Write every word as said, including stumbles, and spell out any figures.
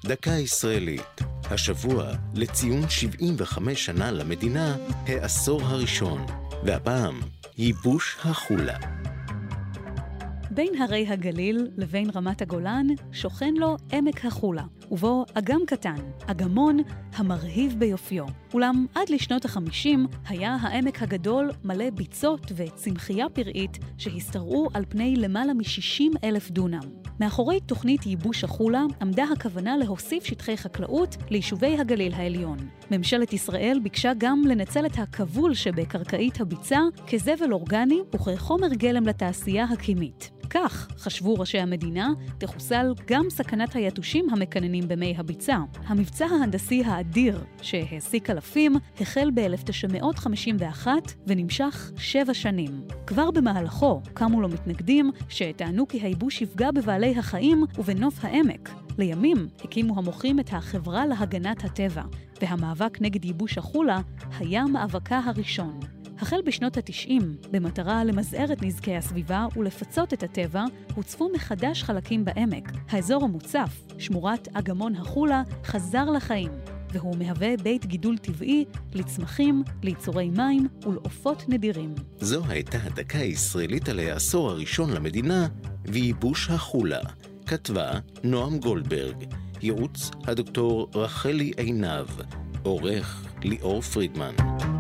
דקה ישראלית, השבוע לציון שבעים וחמש שנה למדינה, העשור הראשון, והפעם ייבוש החולה. בין הרי הגליל לבין רמת הגולן שוכן לו עמק החולה, ובו אגם קטן, אגמון המרהיב ביופיו. אולם עד לשנות החמישים היה העמק הגדול מלא ביצות וצמחייה פראית שהסתרעו על פני למעלה מ-שישים אלף דונם. מאחורי תוכנית ייבוש החולה עמדה הכוונה להוסיף שטחי חקלאות ליישובי הגליל העליון. ממשלת ישראל ביקשה גם לנצל את הכבול שבקרקעית הביצה כזבל אורגני וכחומר גלם לתעשייה הקימית. כך, חשבו ראשי המדינה, תחוסל גם סכנת היתושים המקננים במי הביצה. המבצע ההנדסי האדיר שהעסיק אלפים החל ב-אלף תשע מאות חמישים ואחת ונמשך שבע שנים. כבר במהלכו קמו לו מתנגדים שטענו כי הייבוש יפגע בבעלי החיים ובנוף העמק. לימים הקימו המוחים את החברה להגנת הטבע, והמאבק נגד ייבוש החולה היה מאבקה הראשון. החל בשנות ה-תשעים, במטרה למזער את נזקי הסביבה ולפצות את הטבע, הוצפו מחדש חלקים בעמק. האזור המוצף, שמורת אגמון החולה, חזר לחיים, והוא מהווה בית גידול טבעי לצמחים, ליצורי מים ולעופות נדירים. זו הייתה הדקה הישראלית על העשור הראשון למדינה, וייבוש החולה. כתבה נועם גולדברג, ייעוץ הדוקטור רחלי עינב, עורך ליאור פרידמן.